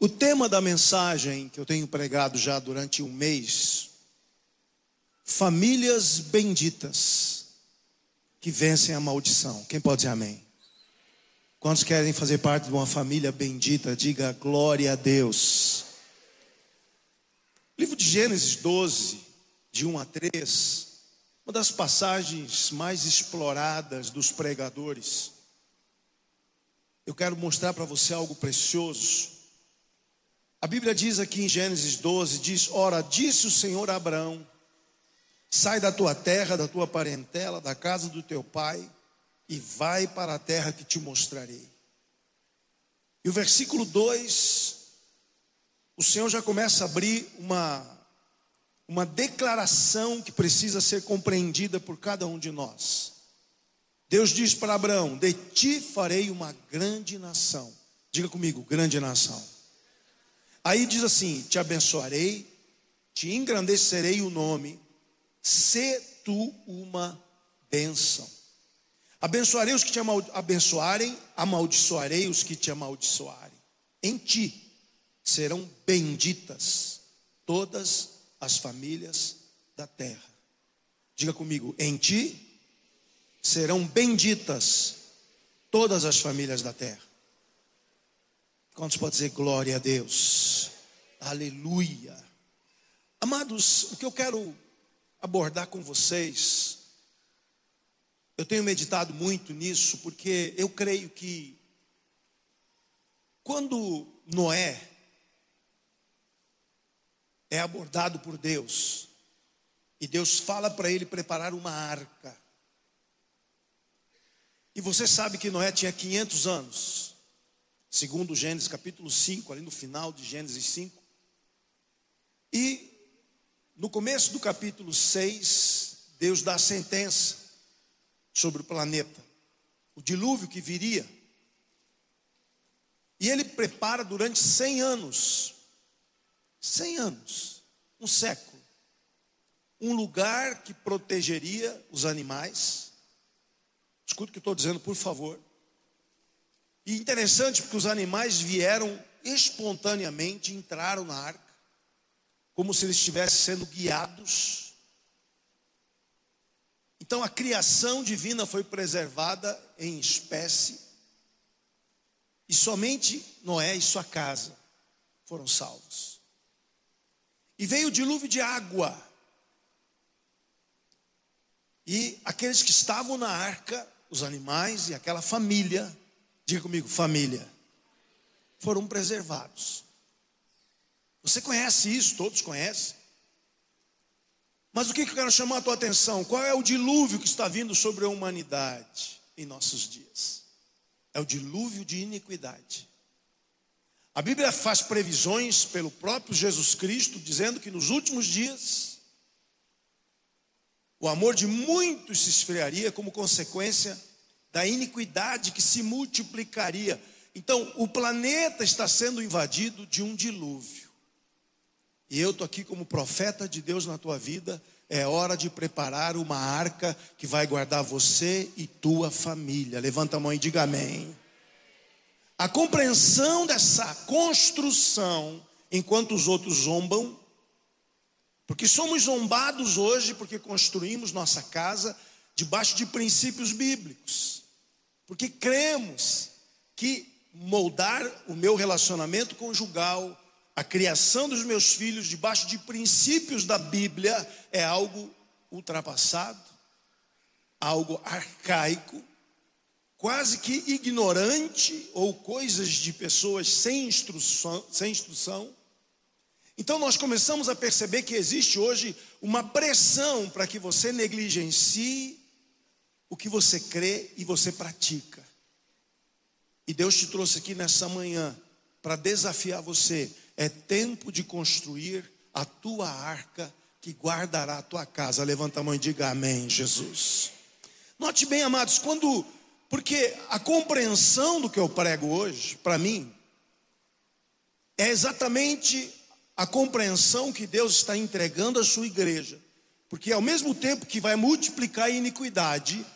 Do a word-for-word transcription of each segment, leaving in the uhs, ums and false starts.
O tema da mensagem que eu tenho pregado já durante um mês: famílias benditas que vencem a maldição. Quem pode dizer amém? Quantos querem fazer parte de uma família bendita? Diga glória a Deus. Livro de Gênesis doze, de um a três, uma das passagens mais exploradas dos pregadores. Eu quero mostrar para você algo precioso. A Bíblia diz aqui em Gênesis doze, diz: ora, disse o Senhor a Abraão: sai da tua terra, da tua parentela, da casa do teu pai, e vai para a terra que te mostrarei. E o versículo dois, o Senhor já começa a abrir uma, uma declaração que precisa ser compreendida por cada um de nós. Deus diz para Abraão: de ti farei uma grande nação. Diga comigo, grande nação. Aí diz assim: te abençoarei, te engrandecerei o nome, sê tu uma bênção. Abençoarei os que te abençoarem, amaldiçoarei os que te amaldiçoarem. Em ti serão benditas todas as famílias da terra. Diga comigo, em ti serão benditas todas as famílias da terra. Quantos podem dizer glória a Deus? Aleluia. Amados, o que eu quero abordar com vocês, eu tenho meditado muito nisso, porque eu creio que quando Noé é abordado por Deus, e Deus fala para ele preparar uma arca, e você sabe que Noé tinha quinhentos anos, segundo Gênesis capítulo cinco, ali no final de Gênesis cinco, e no começo do capítulo seis, Deus dá a sentença sobre o planeta, o dilúvio que viria. E ele prepara durante cem anos, cem anos, um século, um lugar que protegeria os animais. Escuta o que eu estou dizendo, por favor. E interessante porque os animais vieram espontaneamente, entraram na arca, como se eles estivessem sendo guiados. Então a criação divina foi preservada em espécie, e somente Noé e sua casa foram salvos. E veio o dilúvio de água, e aqueles que estavam na arca, os animais e aquela família, diga comigo, família, foram preservados. Você conhece isso, todos conhecem. Mas o que eu quero chamar a tua atenção? Qual é o dilúvio que está vindo sobre a humanidade em nossos dias? É o dilúvio de iniquidade. A Bíblia faz previsões pelo próprio Jesus Cristo, dizendo que nos últimos dias o amor de muitos se esfriaria como consequência da iniquidade que se multiplicaria. Então o planeta está sendo invadido de um dilúvio. E eu estou aqui como profeta de Deus na tua vida. É hora de preparar uma arca que vai guardar você e tua família. Levanta a mão e diga amém. A compreensão dessa construção, enquanto os outros zombam, porque somos zombados hoje porque construímos nossa casa debaixo de princípios bíblicos, porque cremos que moldar o meu relacionamento conjugal, a criação dos meus filhos debaixo de princípios da Bíblia é algo ultrapassado, algo arcaico, quase que ignorante, ou coisas de pessoas sem instrução, sem instrução. Então nós começamos a perceber que existe hoje uma pressão para que você negligencie o que você crê e você pratica. E Deus te trouxe aqui nessa manhã para desafiar você. É tempo de construir a tua arca que guardará a tua casa. Levanta a mão e diga amém, Jesus. Note bem, amados, quando, porque a compreensão do que eu prego hoje, para mim, é exatamente a compreensão que Deus está entregando à sua igreja. Porque ao mesmo tempo que vai multiplicar a iniquidade,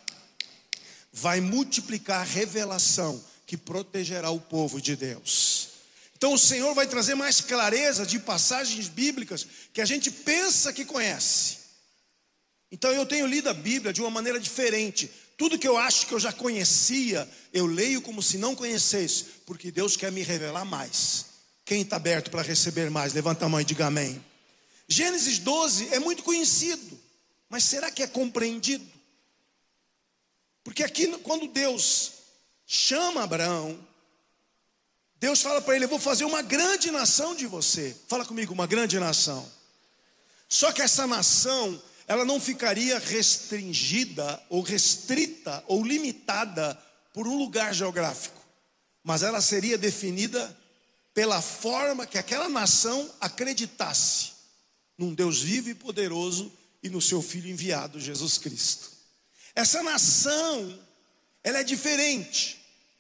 vai multiplicar a revelação que protegerá o povo de Deus. Então o Senhor vai trazer mais clareza de passagens bíblicas que a gente pensa que conhece. Então eu tenho lido a Bíblia de uma maneira diferente. Tudo que eu acho que eu já conhecia, eu leio como se não conhecesse, porque Deus quer me revelar mais. Quem está aberto para receber mais? Levanta a mão e diga amém. Gênesis doze é muito conhecido, mas será que é compreendido? Porque aqui, quando Deus chama Abraão, Deus fala para ele: eu vou fazer uma grande nação de você. Fala comigo, uma grande nação. Só que essa nação, ela não ficaria restringida, ou restrita, ou limitada por um lugar geográfico, mas ela seria definida pela forma que aquela nação acreditasse num Deus vivo e poderoso e no seu Filho enviado, Jesus Cristo. Essa nação, ela é diferente.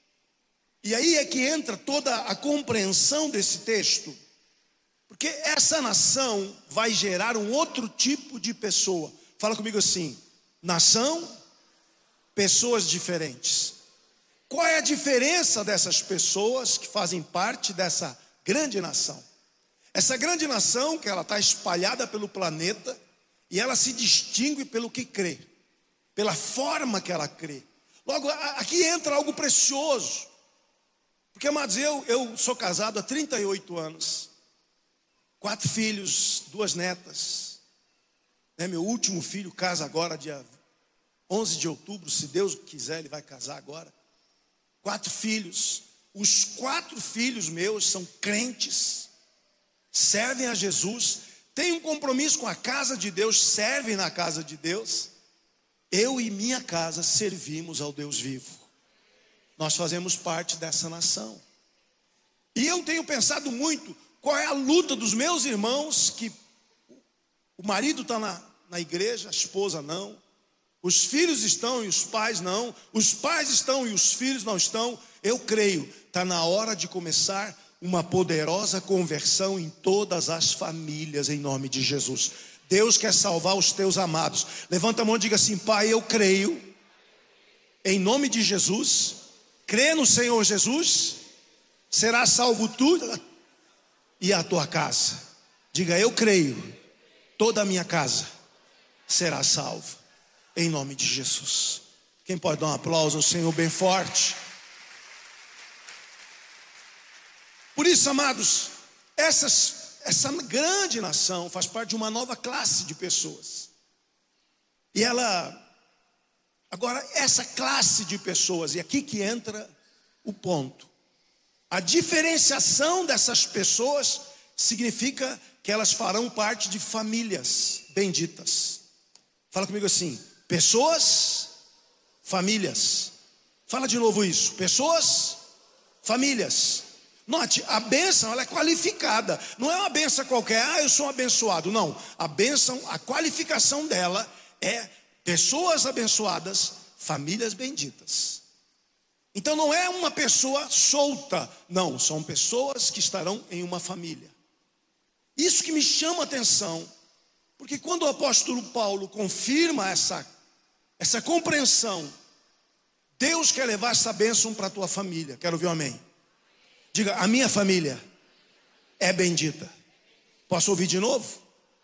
E aí é que entra toda a compreensão desse texto, porque essa nação vai gerar um outro tipo de pessoa. Fala comigo assim: nação, pessoas diferentes. Qual é a diferença dessas pessoas que fazem parte dessa grande nação? Essa grande nação, que ela está espalhada pelo planeta, e ela se distingue pelo que crê, pela forma que ela crê. Logo, aqui entra algo precioso. Porque, amados, eu, eu sou casado há trinta e oito anos. Quatro filhos, duas netas. Né, meu último filho casa agora, dia onze de outubro. Se Deus quiser, ele vai casar agora. Quatro filhos. Os quatro filhos meus são crentes, servem a Jesus, têm um compromisso com a casa de Deus, servem na casa de Deus. Eu e minha casa servimos ao Deus vivo. Nós fazemos parte dessa nação. E eu tenho pensado muito qual é a luta dos meus irmãos, que o marido está na, na igreja, a esposa não, os filhos estão e os pais não, os pais estão e os filhos não estão. Eu creio, está na hora de começar uma poderosa conversão em todas as famílias, em nome de Jesus. Deus quer salvar os teus amados. Levanta a mão e diga assim: Pai, eu creio, em nome de Jesus. Crê no Senhor Jesus, será salvo tu e a tua casa. Diga: eu creio, toda a minha casa será salva, em nome de Jesus. Quem pode dar um aplauso ao Senhor bem forte? Por isso, amados, essas, essa grande nação faz parte de uma nova classe de pessoas. E ela... Agora, essa classe de pessoas, e aqui que entra o ponto. A diferenciação dessas pessoas significa que elas farão parte de famílias benditas. Fala comigo assim: pessoas, famílias. Fala de novo isso: pessoas, famílias. Note, a bênção, ela é qualificada. Não é uma bênção qualquer: ah, eu sou um abençoado. Não, a bênção, a qualificação dela é pessoas abençoadas, famílias benditas. Então não é uma pessoa solta, não, são pessoas que estarão em uma família. Isso que me chama a atenção, porque quando o apóstolo Paulo confirma essa, essa compreensão, Deus quer levar essa bênção para a tua família. Quero ouvir um amém. Diga: a minha família é bendita. Posso ouvir de novo?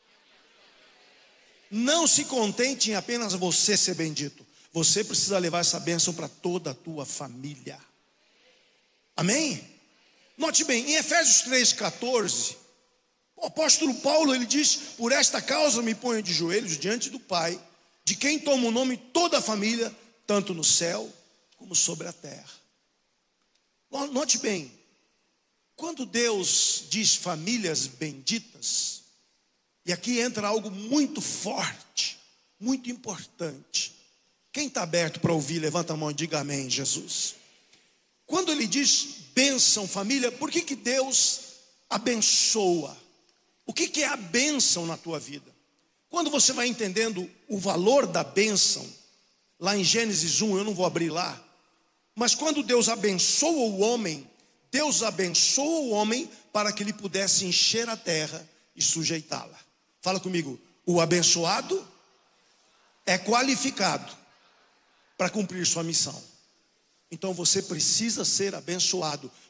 Não se contente em apenas você ser bendito. Você precisa levar essa bênção para toda a tua família. Amém? Note bem, em Efésios três, catorze, o apóstolo Paulo, ele diz: por esta causa me ponho de joelhos diante do Pai, de quem toma o nome toda a família, tanto no céu como sobre a terra. Note bem, quando Deus diz famílias benditas, e aqui entra algo muito forte, muito importante. Quem está aberto para ouvir, levanta a mão e diga amém, Jesus. Quando ele diz bênção, família, por que que Deus abençoa? O que que é a bênção na tua vida? Quando você vai entendendo o valor da bênção, lá em Gênesis um, eu não vou abrir lá, mas quando Deus abençoa o homem, Deus abençoa o homem para que ele pudesse encher a terra e sujeitá-la. Fala comigo: o abençoado é qualificado para cumprir sua missão. Então você precisa ser abençoado,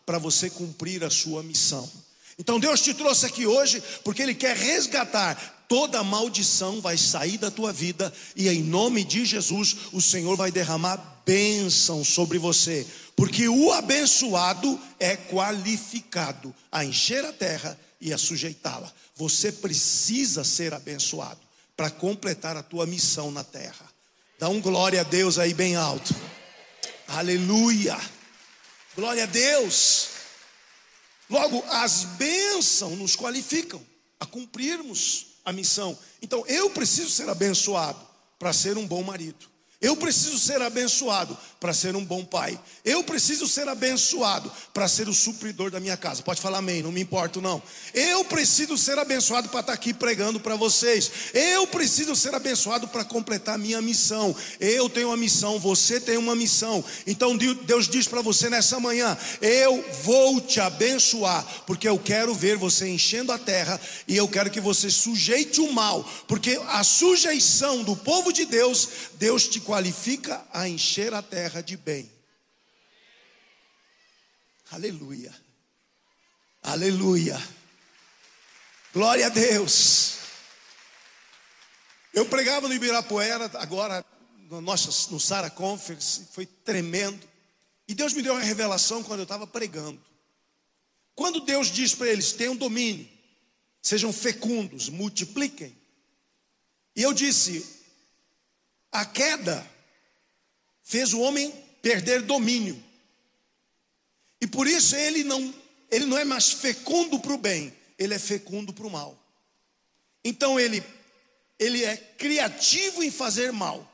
para você cumprir a sua missão. Então Deus te trouxe aqui hoje porque Ele quer resgatar. Toda maldição vai sair da tua vida, e em nome de Jesus o Senhor vai derramar bênção sobre você, porque o abençoado é qualificado a encher a terra e a sujeitá-la. Você precisa ser abençoado para completar a tua missão na terra. Dá um glória a Deus aí bem alto. Aleluia, glória a Deus. Logo, as bênçãos nos qualificam a cumprirmos a missão. Então eu preciso ser abençoado para ser um bom marido. Eu preciso ser abençoado para ser um bom pai. Eu preciso ser abençoado para ser o supridor da minha casa. Pode falar amém, não me importo não. Eu preciso ser abençoado para estar aqui pregando para vocês. Eu preciso ser abençoado para completar a minha missão. Eu tenho uma missão, você tem uma missão. Então Deus diz para você nessa manhã: eu vou te abençoar, porque eu quero ver você enchendo a terra, e eu quero que você sujeite o mal, porque a sujeição do povo de Deus, Deus te qualifica a encher a terra de bem. Aleluia, aleluia, glória a Deus. Eu pregava no Ibirapuera agora, no, nossa, no Sara Conference, foi tremendo. E Deus me deu uma revelação quando eu estava pregando. Quando Deus diz para eles: tenham domínio, sejam fecundos, multipliquem. E eu disse: a queda fez o homem perder domínio, e por isso ele não, ele não é mais fecundo para o bem, ele é fecundo para o mal. Então ele, ele é criativo em fazer mal.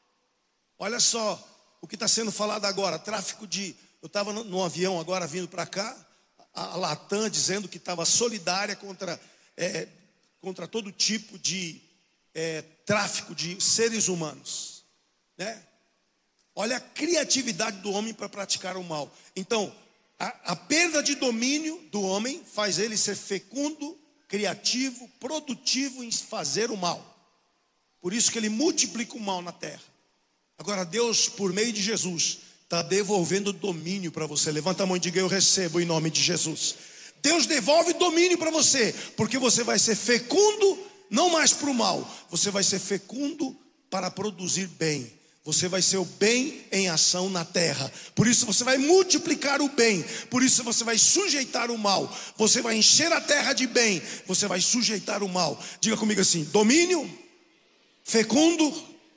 Olha só o que está sendo falado agora, tráfico de... Eu estava no, no avião agora vindo para cá, a, a Latam dizendo que estava solidária contra, é, contra todo tipo de é, tráfico de seres humanos, né? Olha a criatividade do homem para praticar o mal. Então, a, a perda de domínio do homem faz ele ser fecundo, criativo, produtivo em fazer o mal. Por isso que ele multiplica o mal na terra. Agora Deus, por meio de Jesus, está devolvendo domínio para você. Levanta a mão e diga: eu recebo em nome de Jesus. Deus devolve domínio para você, porque você vai ser fecundo, não mais para o mal. Você vai ser fecundo para produzir bem. Você vai ser o bem em ação na terra. Por isso você vai multiplicar o bem. Por isso você vai sujeitar o mal. Você vai encher a terra de bem. Você vai sujeitar o mal. Diga comigo assim: domínio, fecundo,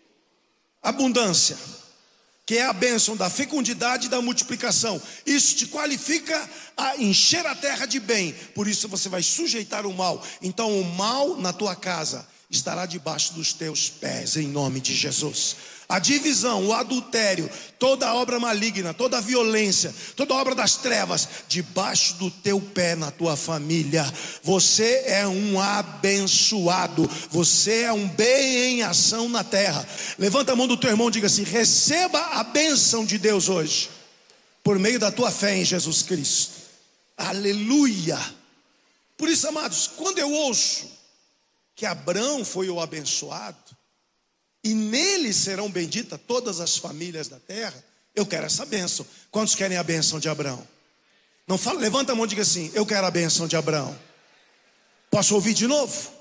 abundância, que é a bênção da fecundidade e da multiplicação. Isso te qualifica a encher a terra de bem. Por isso você vai sujeitar o mal. Então o mal na tua casa estará debaixo dos teus pés, em nome de Jesus. A divisão, o adultério, toda obra maligna, toda violência, toda obra das trevas, debaixo do teu pé na tua família. Você é um abençoado. Você é um bem em ação na terra. Levanta a mão do teu irmão e diga assim: receba a bênção de Deus hoje, por meio da tua fé em Jesus Cristo. Aleluia. Por isso, amados, quando eu ouço que Abraão foi o abençoado, e nele serão benditas todas as famílias da terra, eu quero essa bênção. Quantos querem a bênção de Abraão? Não fala, levanta a mão e diga assim: eu quero a bênção de Abraão. Posso ouvir de novo?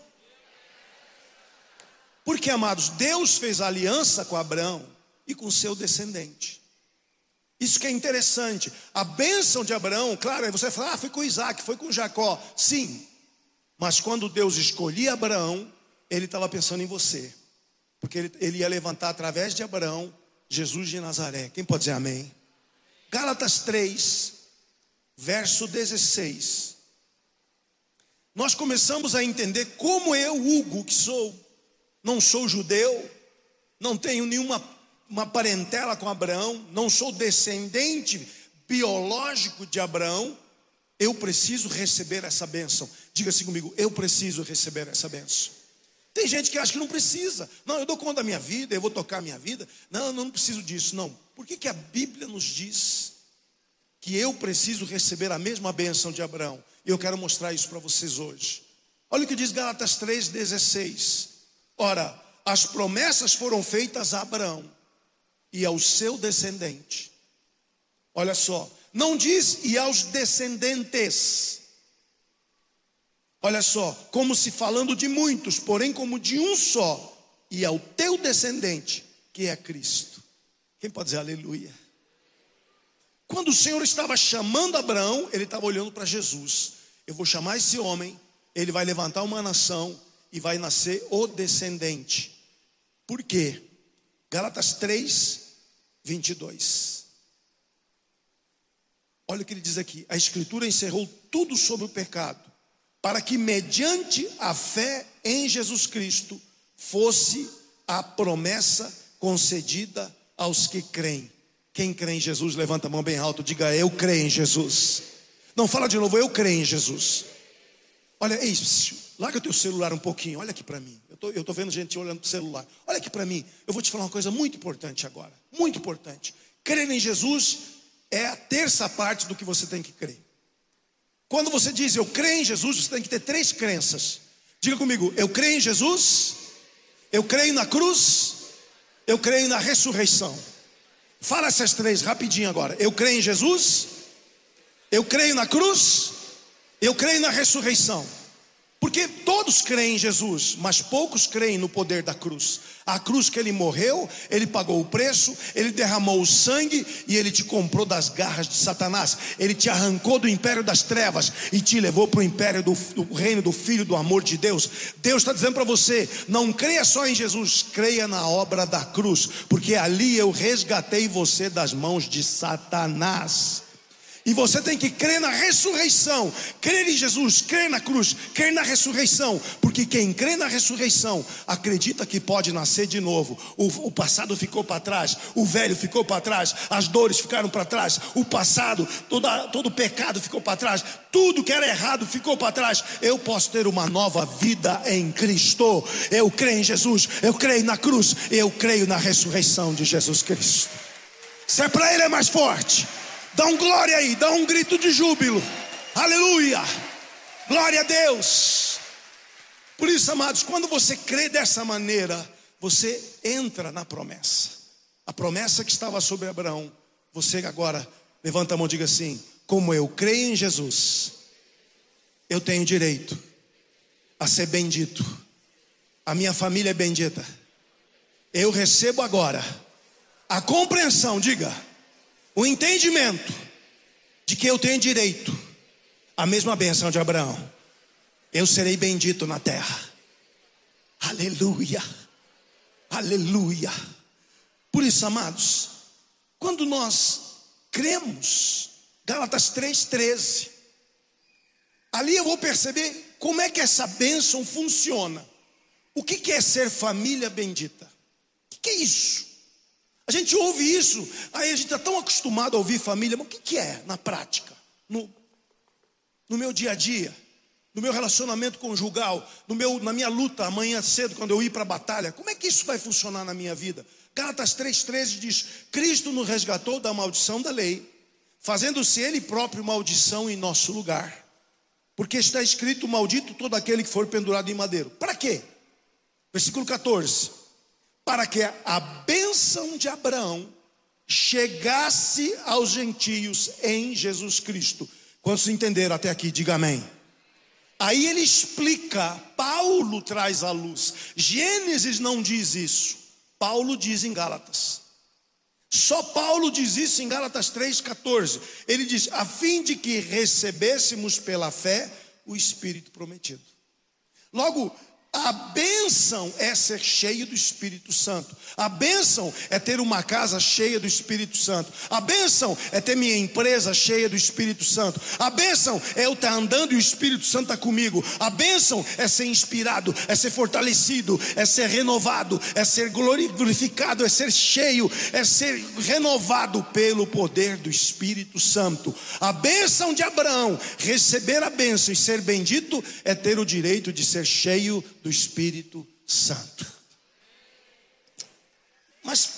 Porque, amados, Deus fez aliança com Abraão e com seu descendente. Isso que é interessante. A bênção de Abraão, claro, aí você fala: ah, foi com Isaac, foi com Jacó. Sim, mas quando Deus escolhia Abraão, Ele estava pensando em você, porque ele, ele ia levantar através de Abraão Jesus de Nazaré. Quem pode dizer amém? Gálatas três, verso dezesseis. Nós começamos a entender como eu, Hugo, que sou, não sou judeu, não tenho nenhuma uma parentela com Abraão, não sou descendente biológico de Abraão, eu preciso receber essa bênção. Diga assim comigo: eu preciso receber essa bênção. Tem gente que acha que não precisa. Não, eu dou conta da minha vida, eu vou tocar a minha vida. Não, eu não preciso disso, não. Por que que a Bíblia nos diz que eu preciso receber a mesma bênção de Abraão? E eu quero mostrar isso para vocês hoje. Olha o que diz Gálatas três, dezesseis. Ora, as promessas foram feitas a Abraão e ao seu descendente. Olha só, Não diz e aos descendentes. Olha só, como se falando de muitos, porém como de um só, e ao teu descendente, que é Cristo. Quem pode dizer aleluia? Quando o Senhor estava chamando Abraão, ele estava olhando para Jesus. Eu vou chamar esse homem, ele vai levantar uma nação e vai nascer o descendente. Por quê? Gálatas três, vinte e dois. Olha o que ele diz aqui: a Escritura encerrou tudo sobre o pecado, para que mediante a fé em Jesus Cristo fosse a promessa concedida aos que creem. Quem crê em Jesus, levanta a mão bem alto, diga: eu creio em Jesus. Não, fala de novo: eu creio em Jesus. Olha, ei, larga o teu celular um pouquinho, olha aqui para mim. Eu tô, eu tô vendo gente olhando para o celular. Olha aqui para mim, eu vou te falar uma coisa muito importante agora. Muito importante. Crer em Jesus é a terça parte do que você tem que crer. Quando você diz eu creio em Jesus, você tem que ter três crenças. Diga comigo: eu creio em Jesus, eu creio na cruz, eu creio na ressurreição. Fala essas três rapidinho agora. Eu creio em Jesus, eu creio na cruz, eu creio na ressurreição. Porque todos creem em Jesus, mas poucos creem no poder da cruz. A cruz que ele morreu, ele pagou o preço, ele derramou o sangue e ele te comprou das garras de Satanás. Ele te arrancou do império das trevas e te levou para o império do, do reino do Filho do amor de Deus. Deus está dizendo para você: não creia só em Jesus, creia na obra da cruz, porque ali eu resgatei você das mãos de Satanás. E você tem que crer na ressurreição, crer em Jesus, crer na cruz, crer na ressurreição. Porque quem crê na ressurreição acredita que pode nascer de novo. O, o passado ficou para trás, o velho ficou para trás, as dores ficaram para trás, o passado, toda, todo o pecado ficou para trás, tudo que era errado ficou para trás. Eu posso ter uma nova vida em Cristo. Eu creio em Jesus, eu creio na cruz, eu creio na ressurreição de Jesus Cristo. Se é para Ele é mais forte, dá um glória aí, dá um grito de júbilo. Aleluia, glória a Deus. Por isso, amados, quando você crê dessa maneira, você entra na promessa. A promessa que estava sobre Abraão, você agora levanta a mão e diga assim: como eu creio em Jesus, eu tenho direito a ser bendito. A minha família é bendita. Eu recebo agora a compreensão, diga, o entendimento de que eu tenho direito à mesma bênção de Abraão. Eu serei bendito na terra. Aleluia, aleluia. Por isso, amados, quando nós cremos, Gálatas três, treze, ali eu vou perceber como é que essa bênção funciona. O que que é ser família bendita? O que que é isso? A gente ouve isso, aí a gente está tão acostumado a ouvir família, mas o que que é na prática? No, no meu dia a dia, no meu relacionamento conjugal, no meu, na minha luta amanhã cedo, quando eu ir para a batalha, como é que isso vai funcionar na minha vida? Gálatas três, treze diz: Cristo nos resgatou da maldição da lei, fazendo-se Ele próprio maldição em nosso lugar. Porque está escrito: maldito todo aquele que for pendurado em madeiro. Para quê? Versículo catorze. Para que a bênção de Abraão chegasse aos gentios em Jesus Cristo. Quantos entenderam até aqui? Diga amém. Aí ele explica, Paulo traz à luz. Gênesis não diz isso, Paulo diz em Gálatas. Só Paulo diz isso em Gálatas três, catorze. Ele diz: a fim de que recebêssemos pela fé o Espírito prometido. Logo, a bênção é ser cheio do Espírito Santo. A bênção é ter uma casa cheia do Espírito Santo. A bênção é ter minha empresa cheia do Espírito Santo. A bênção é eu estar andando e o Espírito Santo está comigo. A bênção é ser inspirado, é ser fortalecido, é ser renovado, é ser glorificado, é ser cheio, é ser renovado pelo poder do Espírito Santo. A bênção de Abraão, receber a bênção e ser bendito, é ter o direito de ser cheio do Espírito Santo. Mas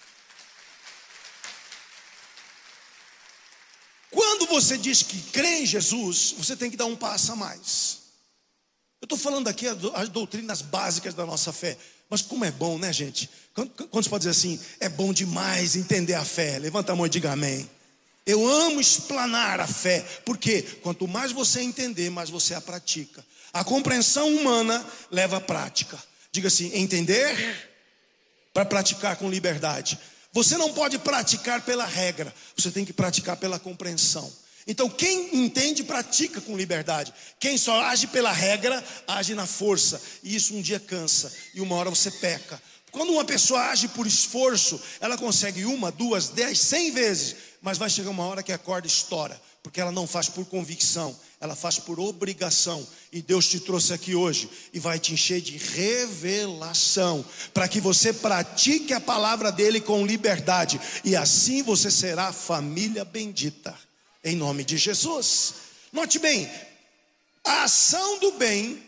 quando você diz que crê em Jesus, você tem que dar um passo a mais. Eu estou falando aqui as doutrinas básicas da nossa fé. Mas como é bom, né, gente? Quantos podem dizer assim: é bom demais entender a fé? Levanta a mão e diga amém. Eu amo explanar a fé, porque quanto mais você entender, mais você a pratica. A compreensão humana leva à prática. Diga assim, entender para praticar com liberdade. Você não pode praticar pela regra, você tem que praticar pela compreensão. Então quem entende, pratica com liberdade. Quem só age pela regra, age na força. E isso um dia cansa, e uma hora você peca. Quando uma pessoa age por esforço, ela consegue uma, duas, dez, cem vezes. Mas vai chegar uma hora que a corda estoura, porque ela não faz por convicção, ela faz por obrigação. E Deus te trouxe aqui hoje e vai te encher de revelação, para que você pratique a palavra dele com liberdade. E assim você será família bendita, em nome de Jesus. Note bem, a ação do bem,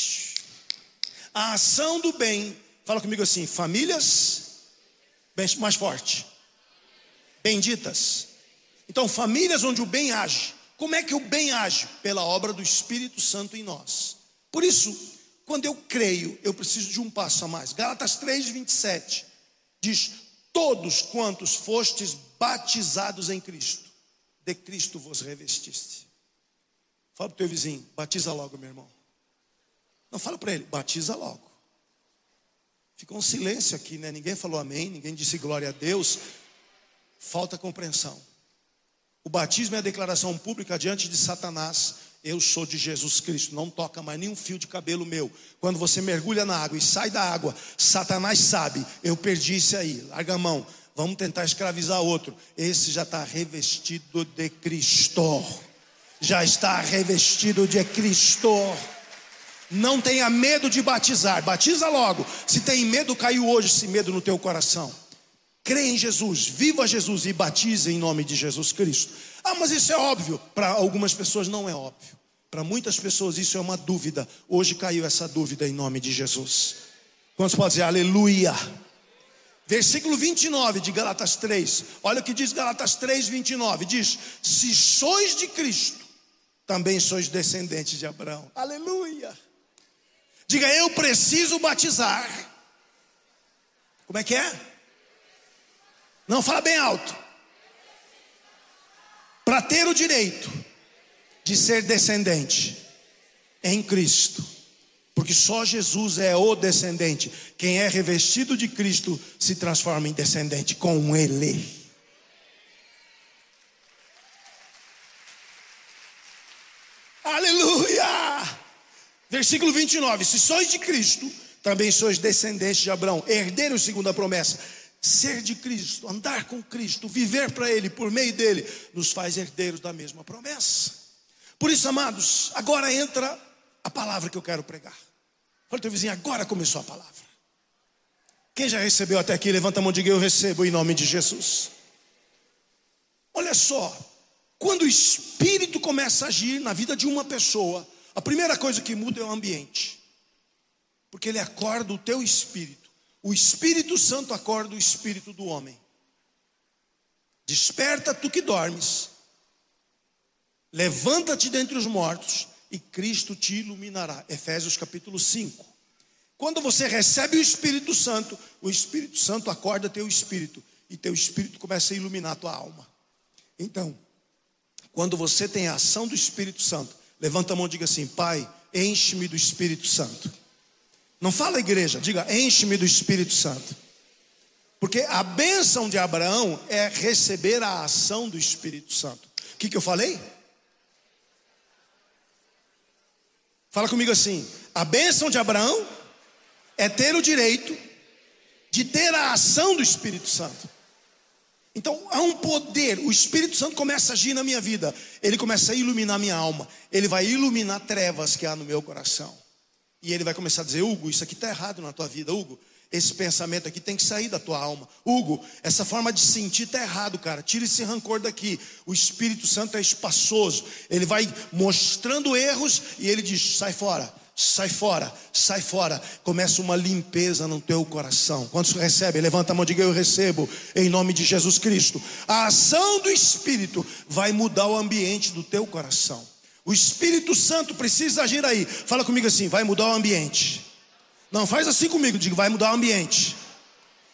a ação do bem, fala comigo assim, famílias, bem, mais forte, benditas. Então famílias onde o bem age. Como é que o bem age? Pela obra do Espírito Santo em nós. Por isso, quando eu creio, eu preciso de um passo a mais. Gálatas três, vinte e sete diz, todos quantos fostes batizados em Cristo, de Cristo vos revestiste. Fala para o teu vizinho, batiza logo, meu irmão. Não, fala para ele, batiza logo. Ficou um silêncio aqui, né? Ninguém falou amém, ninguém disse glória a Deus. Falta compreensão. O batismo é a declaração pública diante de Satanás. Eu sou de Jesus Cristo, não toca mais nenhum fio de cabelo meu. Quando você mergulha na água e sai da água, Satanás sabe, eu perdi isso aí, larga a mão. Vamos tentar escravizar outro. Esse já está revestido de Cristo. Já está revestido de Cristo. Não tenha medo de batizar, batiza logo. Se tem medo, caiu hoje esse medo no teu coração. Crê em Jesus, viva Jesus e batize em nome de Jesus Cristo. Ah, mas isso é óbvio. Para algumas pessoas não é óbvio. Para muitas pessoas isso é uma dúvida. Hoje caiu essa dúvida em nome de Jesus. Quantos podem dizer aleluia? Versículo vinte e nove de Gálatas três. Olha o que diz Gálatas três, vinte e nove. Diz, se sois de Cristo, também sois descendentes de Abraão. Aleluia. Diga, eu preciso batizar. Como é que é? Não, fala bem alto. Para ter o direito de ser descendente em Cristo. Porque só Jesus é o descendente. Quem é revestido de Cristo se transforma em descendente com Ele. Aleluia! Versículo vinte e nove. Se sois de Cristo, também sois descendentes de Abraão, herdeiros segundo a promessa. Ser de Cristo, andar com Cristo, viver para Ele, por meio dEle, nos faz herdeiros da mesma promessa. Por isso, amados, agora entra a palavra que eu quero pregar. Fala teu vizinho, agora começou a palavra. Quem já recebeu até aqui, levanta a mão e diga, eu recebo em nome de Jesus. Olha só, quando o Espírito começa a agir na vida de uma pessoa, a primeira coisa que muda é o ambiente. Porque ele acorda o teu espírito. O Espírito Santo acorda o espírito do homem. Desperta tu que dormes. Levanta-te dentre os mortos e Cristo te iluminará. Efésios capítulo cinco. Quando você recebe o Espírito Santo, o Espírito Santo acorda teu espírito. E teu espírito começa a iluminar a tua alma. Então, quando você tem a ação do Espírito Santo, levanta a mão e diga assim, Pai, enche-me do Espírito Santo. Não fala igreja, diga, enche-me do Espírito Santo. Porque a bênção de Abraão é receber a ação do Espírito Santo. O que, que eu falei? Fala comigo assim, a bênção de Abraão é ter o direito de ter a ação do Espírito Santo. Então há um poder, o Espírito Santo começa a agir na minha vida. Ele começa a iluminar minha alma. Ele vai iluminar trevas que há no meu coração. E ele vai começar a dizer, Hugo, isso aqui está errado na tua vida, Hugo. Esse pensamento aqui tem que sair da tua alma. Hugo, essa forma de sentir está errado, cara. Tira esse rancor daqui. O Espírito Santo é espaçoso. Ele vai mostrando erros e ele diz, sai fora, sai fora, sai fora. Começa uma limpeza no teu coração. Quantos recebem? Levanta a mão e diga, eu recebo em nome de Jesus Cristo. A ação do Espírito vai mudar o ambiente do teu coração. O Espírito Santo precisa agir aí. Fala comigo assim, vai mudar o ambiente. Não, faz assim comigo, diga, vai mudar o ambiente.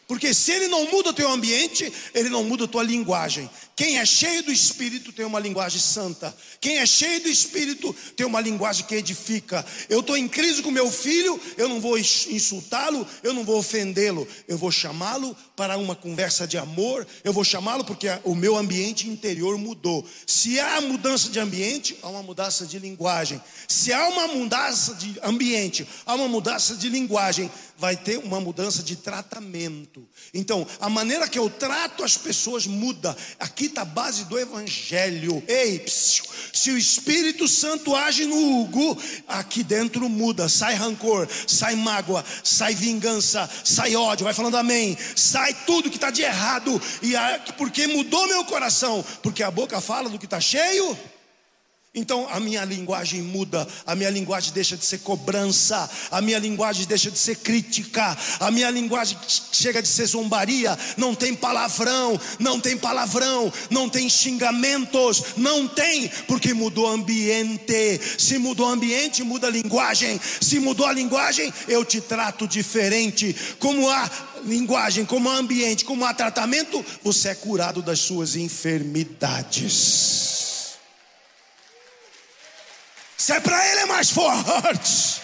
Porque se ele não muda o teu ambiente, ele não muda a tua linguagem. Quem é cheio do Espírito tem uma linguagem santa. Quem é cheio do Espírito tem uma linguagem que edifica. Eu estou em crise com meu filho, eu não vou insultá-lo, eu não vou ofendê-lo. Eu vou chamá-lo para uma conversa de amor. Eu vou chamá-lo porque o meu ambiente interior mudou. Se há mudança de ambiente, há uma mudança de linguagem. Se há uma mudança de ambiente, há uma mudança de linguagem, vai ter uma mudança de tratamento. Então, a maneira que eu trato as pessoas muda. Aqui está a base do Evangelho. Ei, psiu, se o Espírito Santo age no Hugo, aqui dentro muda. Sai rancor, sai mágoa, sai vingança, sai ódio. Vai falando amém. Sai tudo que está de errado. E a, porque mudou meu coração. Porque a boca fala do que está cheio. Então a minha linguagem muda, a minha linguagem deixa de ser cobrança, a minha linguagem deixa de ser crítica, a minha linguagem chega de ser zombaria, não tem palavrão, não tem palavrão, não tem xingamentos, não tem, porque mudou o ambiente. Se mudou o ambiente, muda a linguagem. Se mudou a linguagem, eu te trato diferente. Como há linguagem, como há ambiente, como há tratamento, você é curado das suas enfermidades. Se é para ele, é mais forte.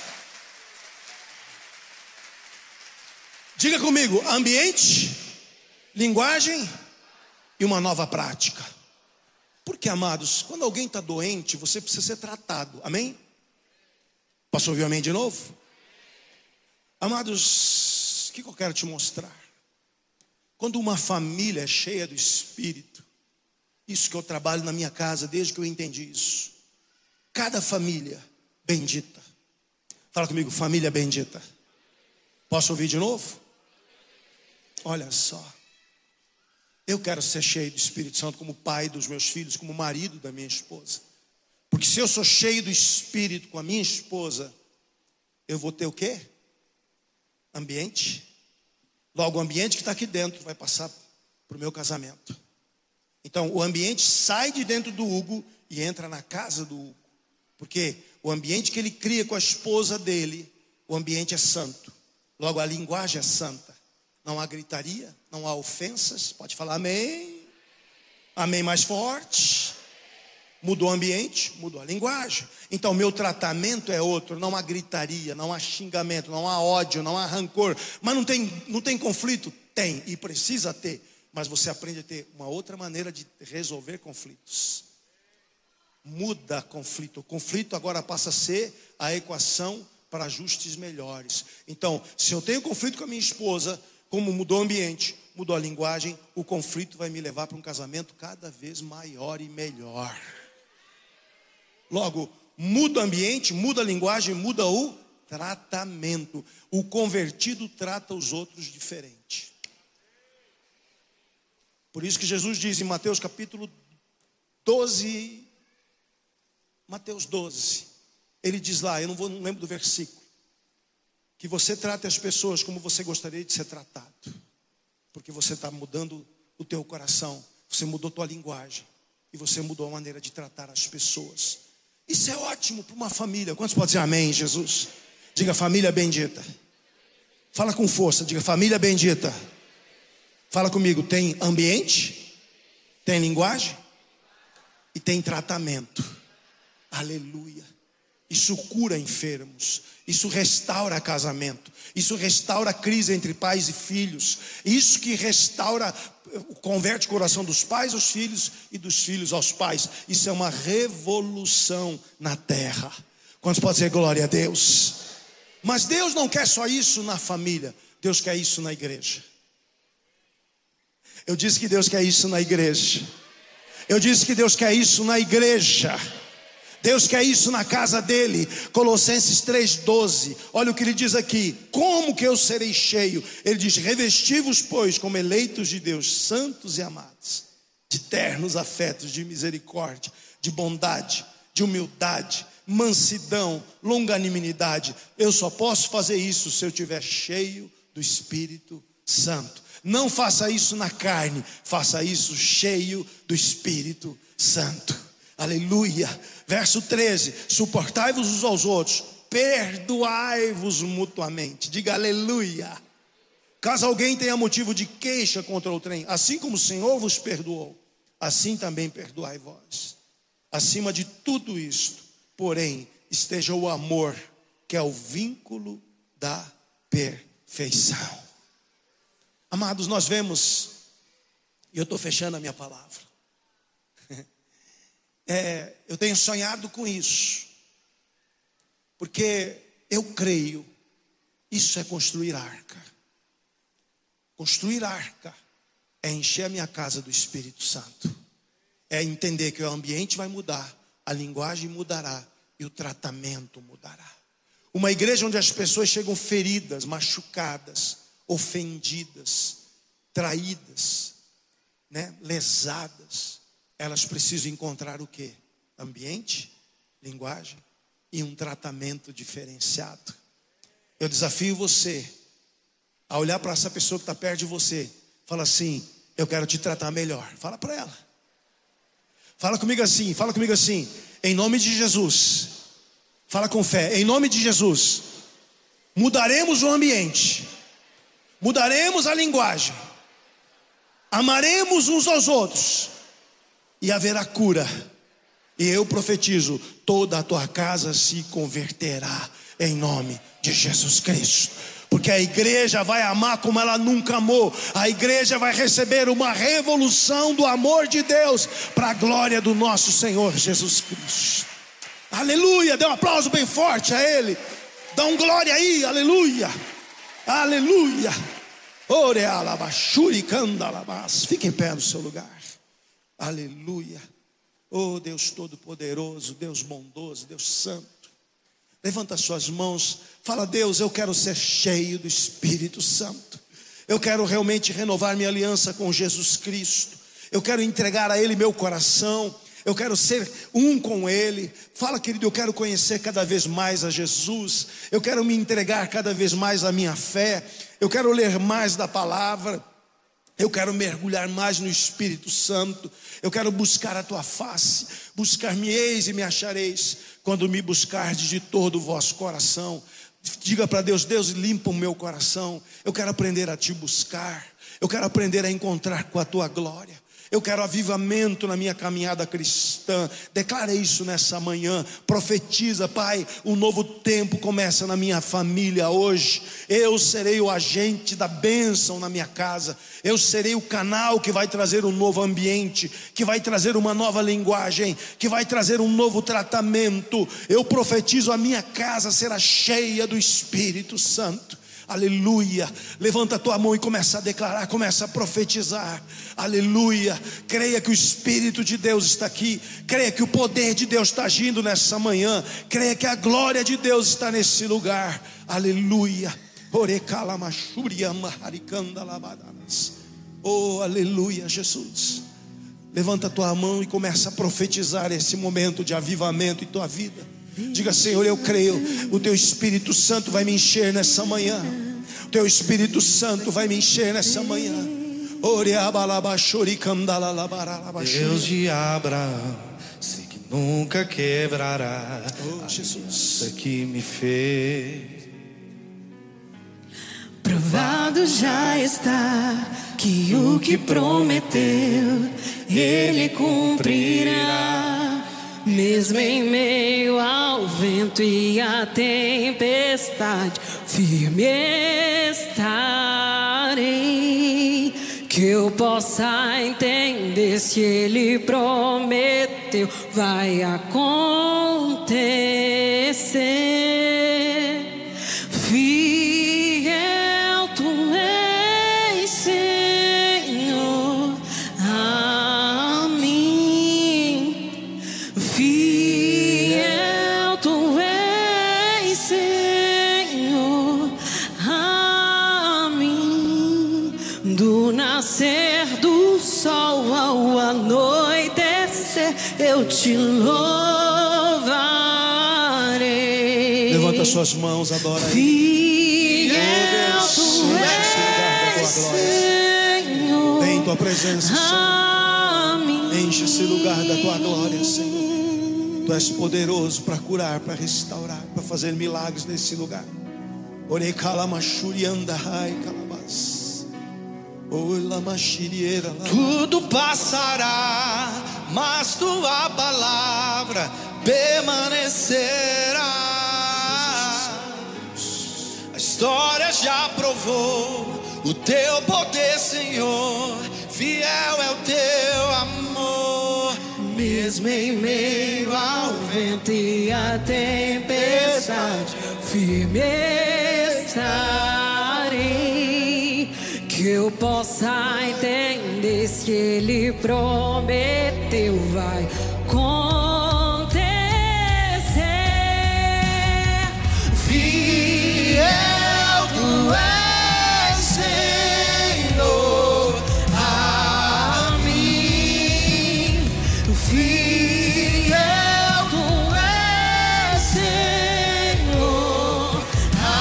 Diga comigo: ambiente, linguagem e uma nova prática. Porque, amados, quando alguém está doente, você precisa ser tratado. Amém? Posso ouvir amém de novo? Amados, o que eu quero te mostrar? Quando uma família é cheia do Espírito, isso que eu trabalho na minha casa desde que eu entendi isso. Cada família bendita. Fala comigo, família bendita. Posso ouvir de novo? Olha só. Eu quero ser cheio do Espírito Santo como pai dos meus filhos, como marido da minha esposa. Porque se eu sou cheio do Espírito com a minha esposa, eu vou ter o quê? Ambiente. Logo, o ambiente que está aqui dentro vai passar para o meu casamento. Então, o ambiente sai de dentro do Hugo e entra na casa do Hugo. Porque o ambiente que ele cria com a esposa dele, o ambiente é santo. Logo, a linguagem é santa. Não há gritaria, não há ofensas. Pode falar amém. Amém mais forte. Mudou o ambiente, mudou a linguagem. Então, o meu tratamento é outro. Não há gritaria, não há xingamento, não há ódio, não há rancor. Mas não tem, não tem conflito? Tem, e precisa ter. Mas você aprende a ter uma outra maneira de resolver conflitos. Muda conflito. O conflito agora passa a ser a equação para ajustes melhores. Então, se eu tenho conflito com a minha esposa, como mudou o ambiente, mudou a linguagem, o conflito vai me levar para um casamento cada vez maior e melhor. Logo, muda o ambiente, muda a linguagem, muda o tratamento. O convertido trata os outros diferente. Por isso que Jesus diz em Mateus capítulo doze, Mateus doze, ele diz lá, eu não, vou, não lembro do versículo, que você trate as pessoas como você gostaria de ser tratado, porque você está mudando o teu coração, você mudou tua linguagem, e você mudou a maneira de tratar as pessoas. Isso é ótimo para uma família. Quantos podem dizer amém, Jesus? Diga família bendita. Fala com força, diga família bendita. Fala comigo, tem ambiente, tem linguagem e tem tratamento. Aleluia. Isso cura enfermos. Isso restaura casamento. Isso restaura a crise entre pais e filhos. Isso que restaura, converte o coração dos pais aos filhos e dos filhos aos pais. Isso é uma revolução na terra. Quantos podem dizer glória a Deus? Mas Deus não quer só isso na família. Deus quer isso na igreja. Eu disse que Deus quer isso na igreja. Eu disse que Deus quer isso na igreja. Deus quer isso na casa dele. Colossenses três, doze. Olha o que ele diz aqui. Como que eu serei cheio? Ele diz, revesti-vos, pois, como eleitos de Deus, santos e amados, de ternos afetos, de misericórdia, de bondade, de humildade, mansidão, longanimidade. Eu só posso fazer isso se eu estiver cheio do Espírito Santo. Não faça isso na carne, faça isso cheio do Espírito Santo. Aleluia. Verso treze, suportai-vos uns aos outros, perdoai-vos mutuamente. Diga aleluia. Caso alguém tenha motivo de queixa contra outrem, assim como o Senhor vos perdoou, assim também perdoai vós. Acima de tudo isto, porém, esteja o amor, que é o vínculo da perfeição. Amados, nós vemos, e eu estou fechando a minha palavra, é, eu tenho sonhado com isso, porque eu creio, isso é construir arca. Construir arca é encher a minha casa do Espírito Santo, é entender que o ambiente vai mudar, a linguagem mudará e o tratamento mudará. Uma igreja onde as pessoas chegam feridas, machucadas, ofendidas, traídas, né, lesadas, elas precisam encontrar o quê? Ambiente, linguagem e um tratamento diferenciado. Eu desafio você a olhar para essa pessoa que está perto de você, fala assim: eu quero te tratar melhor. Fala para ela. Fala comigo assim, fala comigo assim, em nome de Jesus. Fala com fé, em nome de Jesus. Mudaremos o ambiente, mudaremos a linguagem, amaremos uns aos outros e haverá cura. E eu profetizo, toda a tua casa se converterá em nome de Jesus Cristo. Porque a igreja vai amar como ela nunca amou. A igreja vai receber uma revolução do amor de Deus para a glória do nosso Senhor Jesus Cristo. Aleluia, dê um aplauso bem forte a Ele. Dá um glória aí, aleluia. Aleluia. Ore alabashuri candalabas. Fique em pé no seu lugar. Aleluia. Oh Deus Todo-Poderoso, Deus bondoso, Deus Santo. Levanta suas mãos, fala: Deus, eu quero ser cheio do Espírito Santo. Eu quero realmente renovar minha aliança com Jesus Cristo. Eu quero entregar a Ele meu coração. Eu quero ser um com Ele. Fala, querido, eu quero conhecer cada vez mais a Jesus. Eu quero me entregar cada vez mais à minha fé. Eu quero ler mais da palavra. Eu quero mergulhar mais no Espírito Santo. Eu quero buscar a tua face. Buscar-me-eis e me achareis, quando me buscardes de todo o vosso coração. Diga para Deus: Deus, limpa o meu coração. Eu quero aprender a te buscar. Eu quero aprender a encontrar com a tua glória. Eu quero avivamento na minha caminhada cristã. Declara isso nessa manhã. Profetiza: Pai, um novo tempo começa na minha família hoje. Eu serei o agente da bênção na minha casa. Eu serei o canal que vai trazer um novo ambiente, que vai trazer uma nova linguagem, que vai trazer um novo tratamento. Eu profetizo: a minha casa será cheia do Espírito Santo. Aleluia. Levanta a tua mão e começa a declarar, começa a profetizar. Aleluia. Creia que o Espírito de Deus está aqui. Creia que o poder de Deus está agindo nessa manhã. Creia que a glória de Deus está nesse lugar. Aleluia. Oh, aleluia, Jesus. Levanta a tua mão e começa a profetizar esse momento de avivamento em tua vida. Diga: Senhor, eu creio, o teu Espírito Santo vai me encher nessa manhã. O teu Espírito Santo vai me encher nessa manhã. Deus de Abraão, sei que nunca quebrará oh, Jesus. a aliança que me fez. Provado já está que o que prometeu Ele cumprirá. Mesmo em meio ao vento e à tempestade, firme estarei. Que eu possa entender, se Ele prometeu, vai acontecer. Fiel tu és, Senhor, a mim. Fiel tu és, Senhor, a mim. Do nascer do sol ao anoitecer, eu te louvarei. Levanta suas mãos, adora Ele. Fiel Oh, Deus, tu enche esse lugar da tua glória. Senhor, Vem tua presença, Senhor. a mim. Enche esse lugar da tua glória, Senhor. Tu és poderoso para curar, para restaurar, para fazer milagres nesse lugar. Orei calamachurianda, ai calabá. paz. Oi, lama xirieira, lama. Tudo passará, mas tua palavra permanecerá. A história já provou o teu poder, Senhor. Fiel é o teu amor. Mesmo em meio ao vento e à tempestade, firme estarei. Que eu possa entender, se Ele prometeu, vai acontecer. Fiel tu és, Senhor, a mim. Fiel tu és, Senhor, a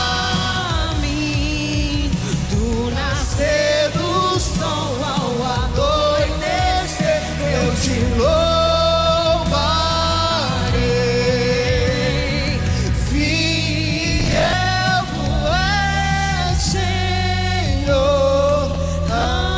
mim. Do nascer do sol ao anoitecer, eu te louvarei. Fiel tu és, Senhor, a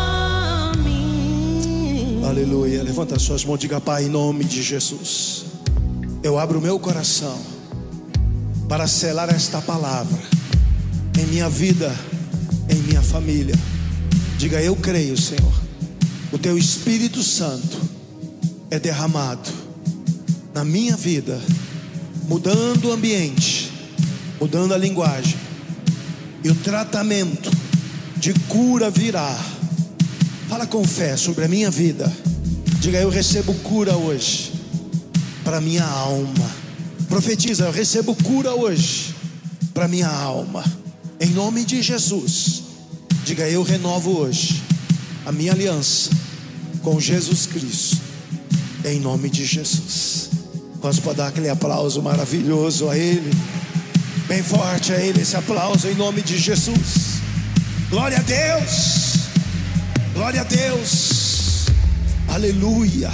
mim. Aleluia. Levanta suas mãos, diga: Pai, em nome de Jesus, eu abro o meu coração para selar esta palavra em minha vida, em minha família. Diga: eu creio, Senhor, o teu Espírito Santo é derramado na minha vida, mudando o ambiente, mudando a linguagem, e o tratamento de cura virá. Fala com fé sobre a minha vida. Diga: eu recebo cura hoje para minha alma. Profetiza: eu recebo cura hoje para minha alma, em nome de Jesus. Diga: eu renovo hoje a minha aliança com Jesus Cristo, em nome de Jesus. Quantos podem dar aquele aplauso maravilhoso a Ele? Bem forte a Ele esse aplauso, em nome de Jesus. Glória a Deus, glória a Deus, aleluia.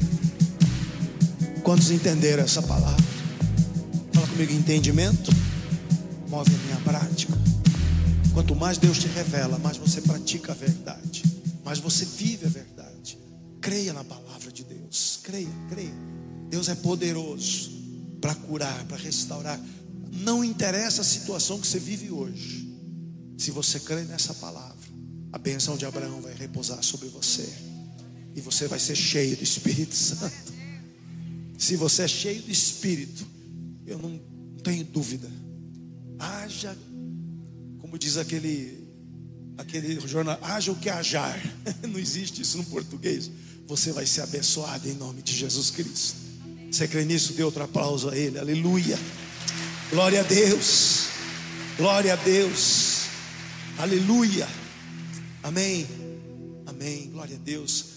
Quantos entenderam essa palavra? Fala comigo: entendimento move a minha prática. Quanto mais Deus te revela, mais você pratica a verdade, mais você vive a verdade. Creia na palavra de Deus, creia, creia. Deus é poderoso para curar, para restaurar. Não interessa a situação que você vive hoje, se você crê nessa palavra, a bênção de Abraão vai repousar sobre você, e você vai ser cheio do Espírito Santo. Se você é cheio do Espírito, eu não tenho dúvida, haja, como diz aquele aquele jornal, haja o que hajar. Não existe isso no português. Você vai ser abençoado em nome de Jesus Cristo. Você crê nisso? Dê outro aplauso a Ele. Aleluia. Glória a Deus. Glória a Deus. Aleluia. Amém. Amém. Glória a Deus.